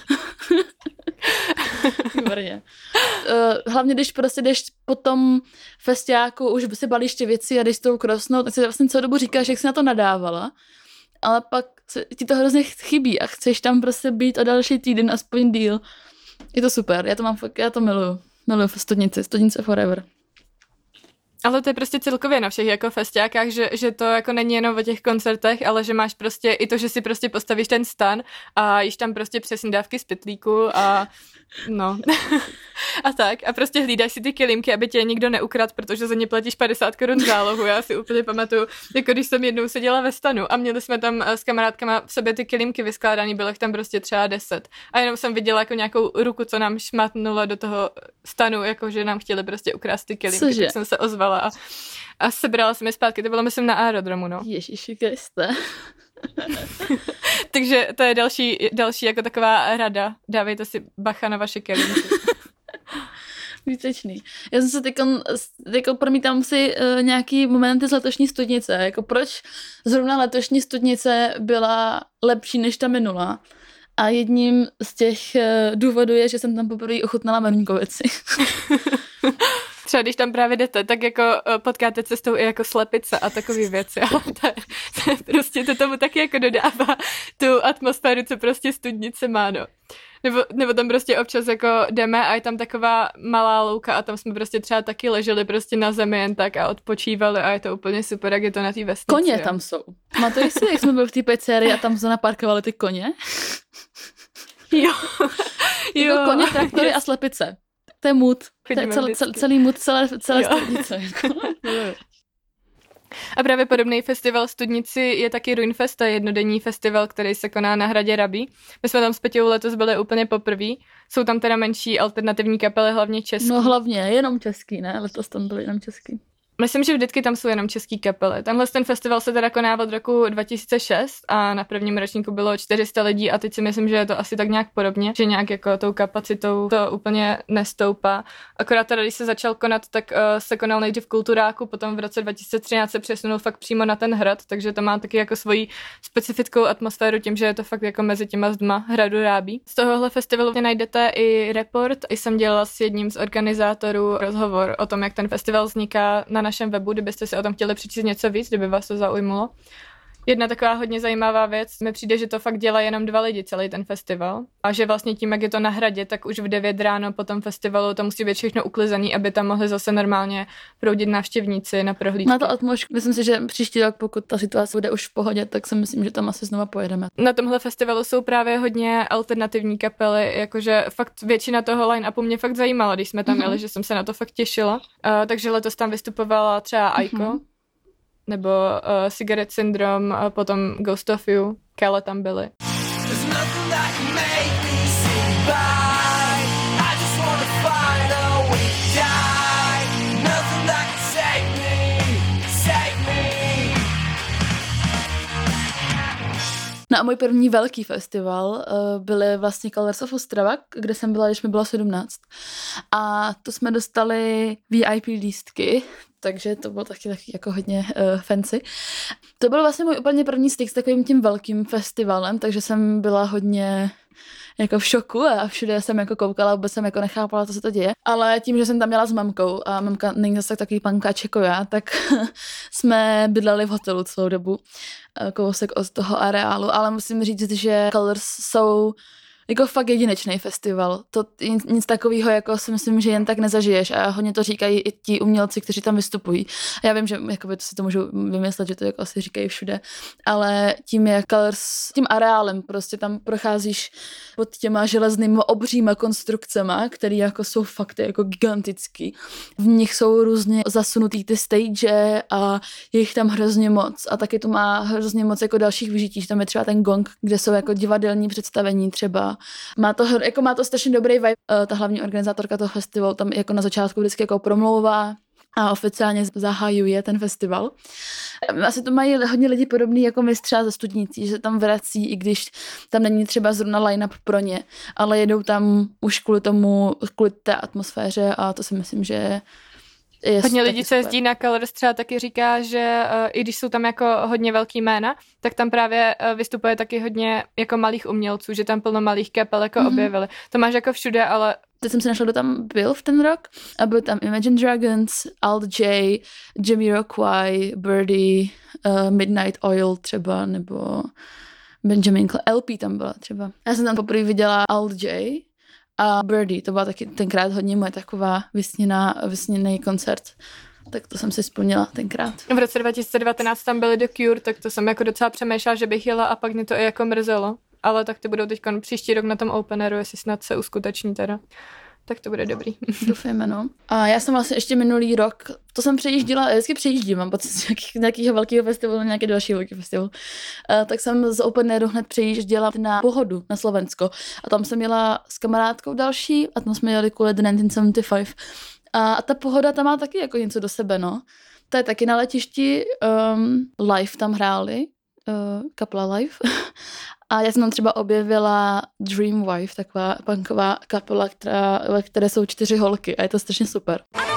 Výborně. Uh, hlavně, když prostě jdeš po tom festiáku, už si balíš ty věci a jdeš s tou krosnou, tak si vlastně celou dobu říkáš, jak jsi na to nadávala, ale pak ti to hrozně chybí a chceš tam prostě být o další týden, aspoň díl. Je to super, já to mám fakt, já to miluju. Miluju studnici, studnice forever. Ale to je prostě celkově na všech jako festiákách, že, že to jako není jenom o těch koncertech, ale že máš prostě i to, že si prostě postavíš ten stan a jíš tam prostě přesně dávky z pytlíku a no a tak a prostě hlídáš si ty kelímky, aby tě nikdo neukradl, protože za ně platíš padesát korun zálohu. Já si úplně pamatuju, jako když jsem jednou seděla ve stanu a měli jsme tam s kamarádkama v sobě ty kelímky vyskládaný, bylo jich tam prostě třeba deset a jenom jsem viděla jako nějakou ruku, co nám šmatnula do toho stanu, jako že nám chtěli prostě ukrást ty kelímky. Cože? Tak jsem se ozvala a, a sebrala jsem je zpátky, to bylo myslím na aerodromu, no. Ježiši Kriste. Takže to je další, další jako taková rada. Dávejte si bacha na vaše kelímky. Výtečný. Já jsem se teďkon, teďkon promítám si uh, nějaký momenty z letošní studnice. Jako proč zrovna letošní studnice byla lepší než ta minulá. A jedním z těch uh, důvodů je, že jsem tam poprvé ochutnala Merníkovici. Třeba když tam právě jdete, tak jako potkáte cestou i jako slepice a takové věci. Ale to, je, to je prostě to tomu taky jako dodává tu atmosféru, co prostě studnice má, no. Nebo, nebo tam prostě občas jako jdeme a je tam taková malá louka a tam jsme prostě třeba taky leželi prostě na zemi jen tak a odpočívali a je to úplně super, jak je to na té vesnici. Koně tam jsou. Pamatuješ si, jak jsme byli v té pizzerii a tam se naparkovali ty koně? Jo. jo. Jako koně, traktory yes. a slepice. To je mood. To je cel, cel, celý mood celé, celé studnice. A právě podobný festival Studnici je taky Ruinfest, to je jednodenní festival, který se koná na hradě Rabí. My jsme tam s Peťou letos byli úplně poprvé. Jsou tam teda menší alternativní kapely, hlavně český. No hlavně, jenom český, ne? Letos tam byly jenom český. Myslím, že vždycky tam jsou jenom český kapely. Tenhle ten festival se teda koná od roku dva tisíce šest a na prvním ročníku bylo čtyři sta lidí a teď si myslím, že je to asi tak nějak podobně, že nějak jako tou kapacitou to úplně nestoupá. Akorát teda, když se začal konat, tak uh, se konal nejdřív v Kulturáku, potom v roce dva tisíce třináct se přesunul fakt přímo na ten hrad, takže to má taky jako svoji specifickou atmosféru tím, že je to fakt jako mezi těma zdma hradu Rábí. Z tohohle festivalu najdete i report, i jsem dělala s jedním z organizátorů rozhovor o tom, jak ten festival vzniká na našem webu, kdybyste si o tom chtěli přečíst něco víc, kdyby vás to zaujmulo. Jedna taková hodně zajímavá věc, mi přijde, že to fakt dělají jenom dva lidi celý ten festival a že vlastně tím, jak je to na hradě, tak už v devět ráno po tom festivalu to musí být všechno uklizený, aby tam mohli zase normálně proudit návštěvníci na prohlídky. Na to atmosféru, myslím si, že příští rok, pokud ta situace bude už v pohodě, tak si myslím, že tam asi znova pojedeme. Na tomhle festivalu jsou právě hodně alternativní kapely, jakože fakt většina toho line-upu mě fakt zajímala, když jsme tam mm-hmm. jeli, že jsem se na to fakt těšila. Uh, takže letos tam vystupovala třeba Aiko, mm-hmm. nebo uh, Cigarette Syndrome, a potom Ghost of You, Kale tam byly. No a můj první velký festival uh, byly vlastně Colors of Ostrava, kde jsem byla, když mi bylo sedmnáct. A to jsme dostali V I P lístky, takže to bylo taky, taky jako hodně uh, fancy. To byl vlastně můj úplně první styk s takovým tím velkým festivalem, takže jsem byla hodně jako v šoku a všude jsem jako koukala, vůbec jsem jako nechápala, co se to děje. Ale tím, že jsem tam měla s mamkou a mamka není zase takový pankáč jako já, tak jsme bydleli v hotelu celou dobu, kousek od toho areálu, ale musím říct, že Colors jsou jako fakt jedinečný festival. To nic, nic takového, jako si myslím, že jen tak nezažiješ a hodně to říkají i ti umělci, kteří tam vystupují. A já vím, že jakoby, to si to můžu vymyslet, že to jako asi říkají všude, ale tím, jak Colors, tím areálem prostě tam procházíš pod těma železnými obříma konstrukcema, které jako jsou fakt jako gigantický. V nich jsou různě zasunutý ty stage a je jich tam hrozně moc a taky to má hrozně moc jako dalších vyžití. Tam je třeba ten gong, kde jsou jako divadelní představení třeba. Má to, jako má to strašně dobrý vibe. Ta hlavní organizátorka toho festivalu tam jako na začátku vždycky jako promlouvá a oficiálně zahajuje ten festival. Asi to mají hodně lidí podobný jako my třeba ze Studnicí, že se tam vrací, i když tam není třeba zrovna line-up pro ně, ale jedou tam už kvůli tomu, kvůli té atmosféře a to si myslím, že je hodně lidí, co jezdí na Colors, třeba taky říká, že uh, i když jsou tam jako hodně velký jména, tak tam právě uh, vystupuje taky hodně jako malých umělců, že tam plno malých kapel jako mm-hmm. objevili. To máš jako všude, ale teď jsem si našla, kdo tam byl v ten rok a byl tam Imagine Dragons, Alt J, Jamiroquai, Birdie, uh, Midnight Oil třeba, nebo Benjamin Cl- L P tam byla třeba. Já jsem tam poprvé viděla Alt J a Birdie, to byla taky tenkrát hodně moje taková vysněná, vysněný koncert. Tak to jsem si vzpomněla tenkrát. V roce dva tisíce devatenáct tam byli The Cure, tak to jsem jako docela přemýšlela, že bych jela a pak mě to i jako mrzelo. Ale tak to budou teď příští rok na tom openeru, jestli snad se uskuteční teda. Tak to bude dobrý. Doufujeme, no. A já jsem vlastně ještě minulý rok, to jsem přejíždila, já vždycky přejíždím, mám pocit z nějakých, nějakého velkého festivalu na nějaký další velký festival. Uh, tak jsem z openeru hned přejížděla na Pohodu na Slovensko. A tam jsem jela s kamarádkou další a tam jsme jeli kvůli The devatenáct set sedmdesát pět. A, a ta Pohoda tam má taky jako něco do sebe, no. To je taky na letišti, um, live tam hráli, uh, kapela live. A já jsem tam třeba objevila Dream Wife, taková punková kapela, která, ve které jsou čtyři holky a je to strašně super.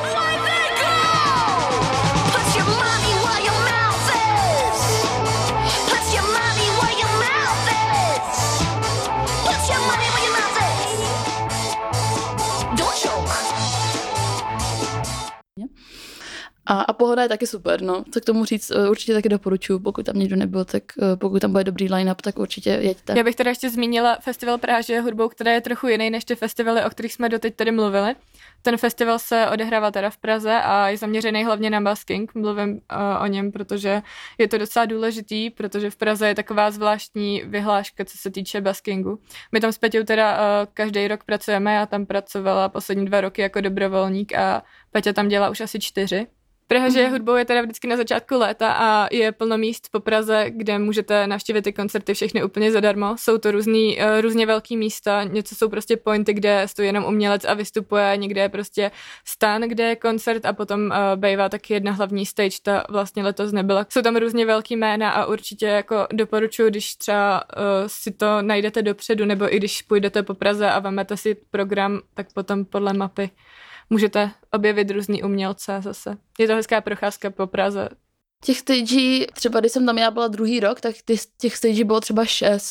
A, a Pohoda je taky super, no. Co k tomu říct, určitě taky doporučuji, pokud tam někdo nebyl, tak pokud tam bude dobrý line-up, tak určitě jeďte. Já bych teda ještě zmínila festival Práže hudbou, která je trochu jiný než ty festivaly, o kterých jsme doteď tady mluvili. Ten festival se odehrává teda v Praze a je zaměřený hlavně na busking. Mluvím uh, o něm, protože je to docela důležitý, protože v Praze je taková zvláštní vyhláška, co se týče buskingu. My tam s Peťou teda uh, každý rok pracujeme, já tam pracovala poslední dva roky jako dobrovolník a Peťa tam dělá už asi čtyři. Praha žije hudbou je teda vždycky na začátku léta a je plno míst po Praze, kde můžete navštívit ty koncerty všechny úplně zadarmo. Jsou to různý, různě velký místa, něco jsou prostě pointy, kde stojí jenom umělec a vystupuje, někde je prostě stan, kde je koncert a potom uh, bývá taky jedna hlavní stage, ta vlastně letos nebyla. Jsou tam různě velký jména a určitě jako doporučuji, když třeba uh, si to najdete dopředu, nebo i když půjdete po Praze a vemete si program, tak potom podle mapy můžete objevit různý umělce zase. Je to hezká procházka po Praze. Těch stagí, třeba když jsem tam já byla druhý rok, tak těch stagí bylo třeba šest.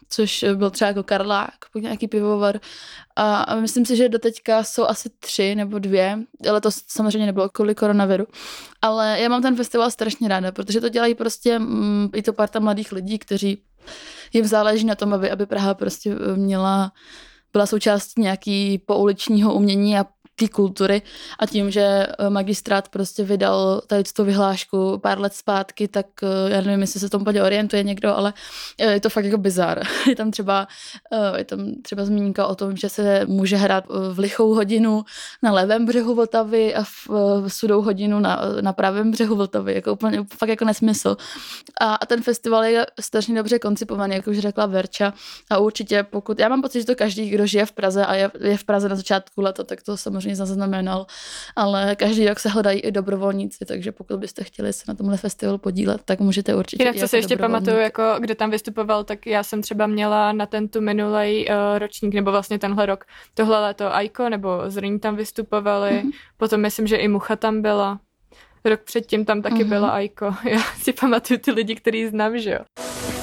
což byl třeba jako Karlák, nějaký pivovar. A, a myslím si, že doteďka jsou asi tři nebo dvě, ale to samozřejmě nebylo kvůli koronaviru. Ale já mám ten festival strašně ráda, protože to dělají prostě mm, i to parta mladých lidí, kteří jim záleží na tom, aby, aby Praha prostě měla, byla součástí nějaký pouličního umění a té kultury a tím, že magistrát prostě vydal tady tu vyhlášku pár let zpátky, tak já nevím, jestli se tomu úplně orientuje někdo, ale je to fakt jako bizar. Je tam třeba, je tam třeba zmínka o tom, že se může hrát v lichou hodinu na levém břehu Vltavy a v, v sudou hodinu na, na pravém břehu Vltavy. Jako úplně fakt jako nesmysl. A, a ten festival je strašně dobře koncipovaný, jak už řekla Verča. A určitě pokud, já mám pocit, že to každý, kdo žije v Praze a je, je v Praze na začátku leta, tak to samozřejmě zaznamenal, ale každý rok se hledají i dobrovolníci, takže pokud byste chtěli se na tomhle festivalu podílet, tak můžete určitě. Jinak co se ještě pamatuju, jako kdo tam vystupoval, tak já jsem třeba měla na tento minulej uh, ročník, nebo vlastně tenhle rok, tohle léto Aiko, nebo Zrní tam vystupovali, mm-hmm. potom myslím, že i Mucha tam byla. Rok předtím tam taky mm-hmm. byla Aiko. Já si pamatuju ty lidi, který znám, že jo.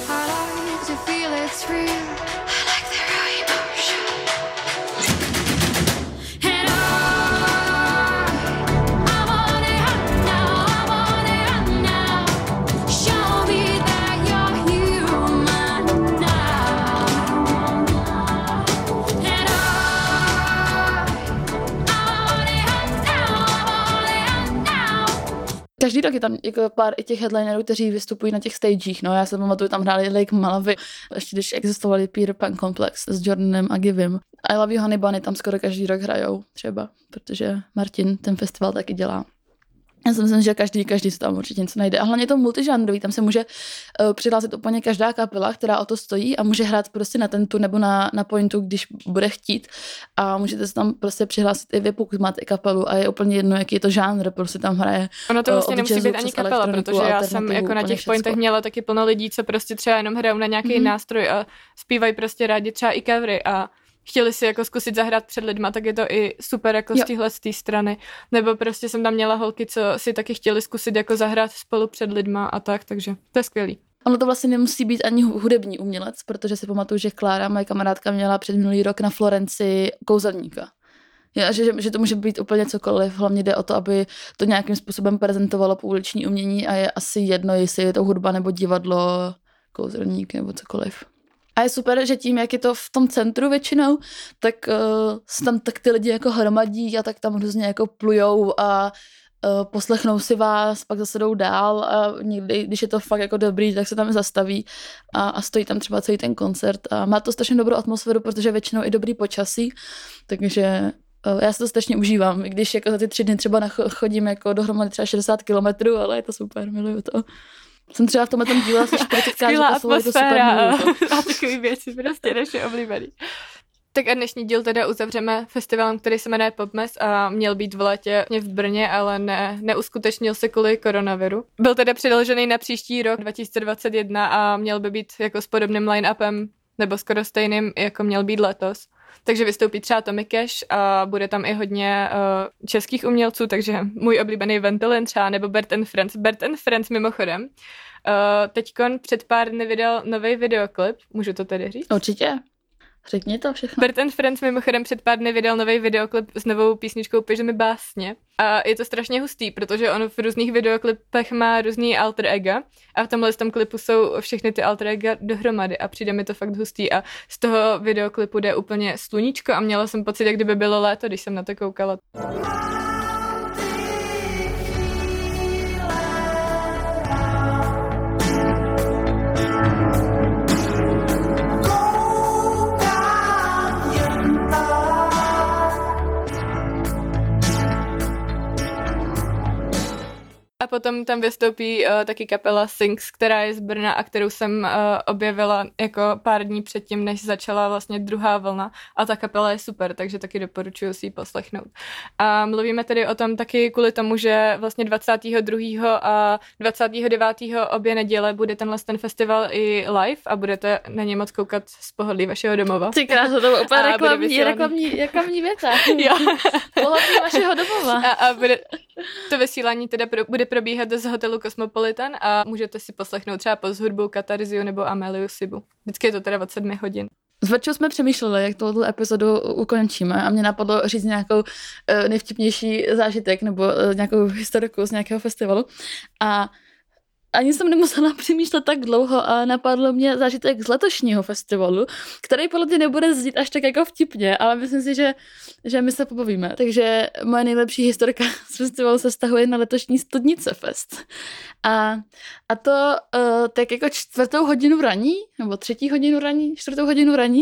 Každý rok je tam jako pár i těch headlinerů, kteří vystupují na těch stagech. No, já se pamatuju, tam hráli Lake Malavy, ještě když existovali Peter Pan Complex s Jordanem a Givim. I Love You Honey Bunny tam skoro každý rok hrajou třeba, protože Martin ten festival taky dělá. Já si myslím, že každý, každý se tam určitě něco najde. A hlavně je to multižánrový, tam se může uh, přihlásit úplně každá kapela, která o to stojí a může hrát prostě na tentu nebo na, na pointu, když bude chtít. A můžete se tam prostě přihlásit i vy, pokud máte kapelu a je úplně jedno, jaký je to žánr, prostě tam hraje. Ono to vlastně uh, nemusí být ani kapela, protože já jsem jako na těch pointech měla taky plno lidí, co prostě třeba jenom hrajou na nějaký mm-hmm. nástroj a zpívají prostě rádi třeba i covery a chtěli si jako zkusit zahrát před lidma, tak je to i super jako jo. z téhle z té strany. Nebo prostě jsem tam měla holky, co si taky chtěli zkusit jako zahrát spolu před lidma a tak, takže to je skvělý. Ono to vlastně nemusí být ani hudební umělec, protože si pamatuju, že Klára, moje kamarádka, měla před minulý rok na Florenci kouzelníka. Je, že, že to může být úplně cokoliv, hlavně jde o to, aby to nějakým způsobem prezentovalo pouliční umění a je asi jedno, jestli je to hudba nebo divadlo, kouzelník nebo cokoliv. A je super, že tím, jak je to v tom centru většinou, tak uh, tam tak ty lidi jako hromadí a tak tam různě jako plujou a uh, poslechnou si vás, pak zase jdou dál a někdy, když je to fakt jako dobrý, tak se tam zastaví a, a stojí tam třeba celý ten koncert a má to strašně dobrou atmosféru, protože většinou i dobrý počasí, takže uh, já si to strašně užívám, i když jako za ty tři dny třeba chodím jako dohromady třeba šedesát kilometrů, ale je to super, miluju to. Jsem třeba v tomhle tom díle asi čtyřicetkrát, že to slovo je to super a, a takový věci, prostě naše oblíbený. Tak a dnešní díl teda uzavřeme festivalem, který se jmenuje Popmes a měl být v létě v Brně, ale ne, neuskutečnil se kvůli koronaviru. Byl teda předložený na příští rok dva tisíce dvacet jedna a měl by být jako s podobným line-upem, nebo skoro stejným, jako měl být letos. Takže vystoupí třeba Tommy Cash a bude tam i hodně uh, českých umělců, takže můj oblíbený Ventolin třeba, nebo Bert and Friends. Bert and Friends mimochodem. Uh, teďkon před pár dny vydal nový videoklip, můžu to tedy říct? Určitě. Řekni to všechno. Bert and Friends mimochodem před pár dny vydal nový videoklip s novou písničkou Piš mi básně. A je to strašně hustý, protože on v různých videoklipech má různý alter ega a v tomhle tom klipu jsou všechny ty alter ega dohromady a přijde mi to fakt hustý a z toho videoklipu jde úplně sluníčko a měla jsem pocit, jak kdyby bylo léto, když jsem na to koukala. A potom tam vystoupí uh, taky kapela Sings, která je z Brna a kterou jsem uh, objevila jako pár dní předtím, než začala vlastně druhá vlna. A ta kapela je super, takže taky doporučuji si ji poslechnout. A mluvíme tedy o tom taky kvůli tomu, že vlastně dvacátého druhého a dvacátého devátého obě neděle bude tenhle ten festival i live a budete na ně moc koukat z pohodlí vašeho domova. Ty krásno, to bylo úplně reklamní, reklamní, reklamní věta. Jo. Pohodlí vašeho domova. A, a bude... To vysílání teda pro, bude probíhat z hotelu Cosmopolitan a můžete si poslechnout třeba Post hudbu, Katarziu nebo Ameliu Sibu. Vždycky je to teda od sedmi hodin. S Verčou jsme přemýšleli, jak tohoto epizodu ukončíme a mě napadlo říct nějakou uh, nejvtipnější zážitek nebo uh, nějakou historiku z nějakého festivalu a ani jsem nemusela přemýšlet tak dlouho a napadlo mě zážitek z letošního festivalu, který podle mě nebude znít až tak jako vtipně, ale myslím si, že, že my se pobavíme. Takže moje nejlepší historka z festivalu se vztahuje na letošní Studnice Fest. A, a to uh, tak jako čtvrtou hodinu raní, nebo třetí hodinu raní, čtvrtou hodinu raní.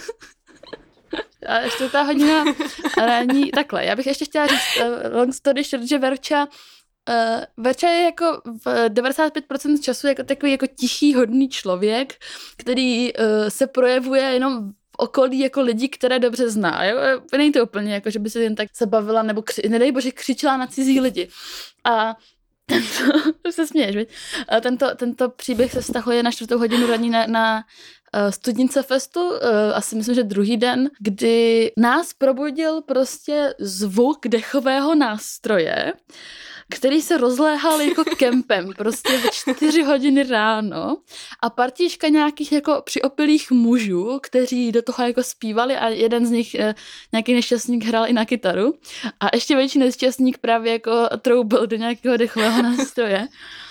A čtvrtá hodina raní, takhle, já bych ještě chtěla říct uh, long story short, že Verča Uh, Verča je jako v devadesát pět procent času jako takový jako tichý, hodný člověk, který uh, se projevuje jenom v okolí jako lidí, které dobře zná. Jo? Není to úplně jako, že by se jen tak se bavila nebo kři- nedej bože křičela na cizí lidi. A tento, se směješ, viď? A tento, tento příběh se vztahuje na čtvrtou hodinu raní na, na uh, Studnice Festu, uh, asi myslím, že druhý den, kdy nás probudil prostě zvuk dechového nástroje, který se rozléhal jako kempem, prostě ve čtyři hodiny ráno a partíška nějakých jako přiopilých mužů, kteří do toho jako zpívali a jeden z nich, nějaký nešťastník, hrál i na kytaru a ještě větší nešťastník právě jako troubil do nějakého dechového nástroje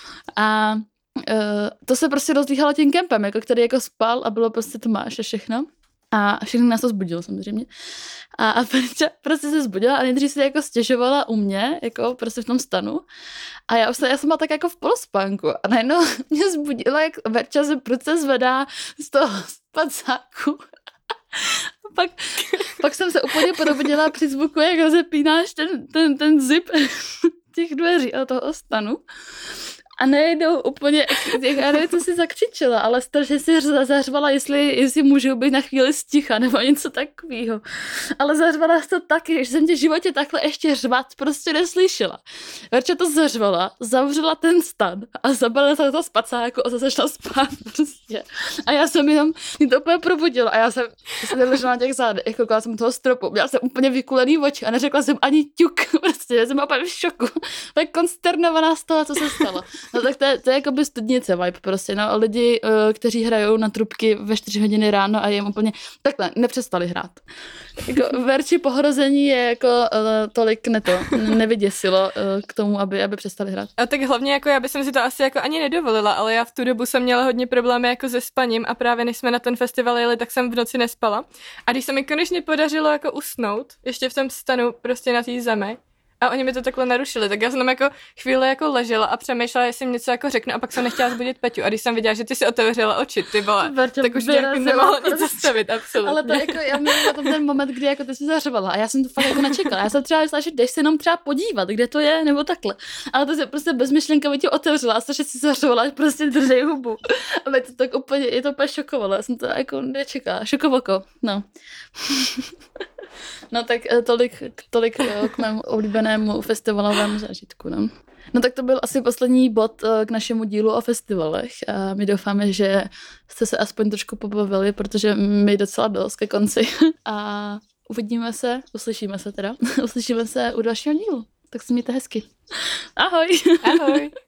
a uh, to se prostě rozlíhalo tím kempem, jako který jako spal a bylo prostě Tomáš a všechno. A všechny nás to zbudilo samozřejmě. A, a Verča prostě se zbudila a nejdřív se jako stěžovala u mě, jako prostě v tom stanu. A já, už, já jsem byla tak jako v polospánku. A najednou mě zbudila, jak Verča se prudce zvedá z toho spacáku. A pak, pak jsem se úplně probudila při zvuku, jak rozepínáš ten, ten, ten zip těch dveří a toho stanu. A nejdou úplně, já nevím, co si zakřičela, ale strašně si zařvala, jestli, jestli můžu být na chvíli sticha nebo něco takového. Ale zařvala to taky, že jsem tě v životě takhle ještě řvat prostě neslyšela. Verča to zařvala, zavřela ten stan a zabalila se do toho spacáku a zase šla spát prostě. A já jsem jenom, mě to úplně probudila a já jsem se ležela na těch zádech, jako koukala jsem toho stropu, měla jsem úplně vykulený oči a neřekla jsem ani ťuk, prostě, já jsem byla úplně v šoku. Tak konsternovaná z toho, co se stalo. No tak to je, to je jako by studnice vibe prostě, no lidi, uh, kteří hrajou na trubky ve čtyři hodiny ráno a jim úplně takhle nepřestali hrát. Jako Verči pohrození je jako uh, tolik ne to, nevyděsilo uh, k tomu, aby, aby přestali hrát. A tak hlavně jako já bych si to asi jako ani nedovolila, ale já v tu dobu jsem měla hodně problémy jako se spaním a právě než jsme na ten festival jeli, tak jsem v noci nespala. A když se mi konečně podařilo jako usnout, ještě v tom stanu prostě na té zemi, a oni mi to takhle narušili, tak já jsem tam jako chvíli jako ležela a přemýšlela, jestli jim něco jako řeknu a pak jsem nechtěla zbudit Peťu a když jsem viděla, že ty si otevřela oči, ty vole, Verča tak už mě jako nemohla nic zastavit, absolutně. Ale to jako, já měla tam ten moment, kdy jako ty jsi zařvala a já jsem to fakt jako nečekala. Já jsem třeba myslela, že jdeš se jenom třeba podívat, kde to je, nebo takhle. Ale to se prostě bezmyšlenkově tě otevřela a strašně si zařvala, že prostě držej hubu. A mě to tak úplně, je to úplně šokovalo, já jsem to jako nečekala. Šokovoko, no. No tak tolik, tolik k mému oblíbenému festivalovému zážitku, no. No tak to byl asi poslední bod k našemu dílu o festivalech a my doufáme, že jste se aspoň trošku pobavili, protože my docela dost ke konci a uvidíme se, uslyšíme se teda, uslyšíme se u dalšího dílu. Tak se mějte hezky. Ahoj. Ahoj.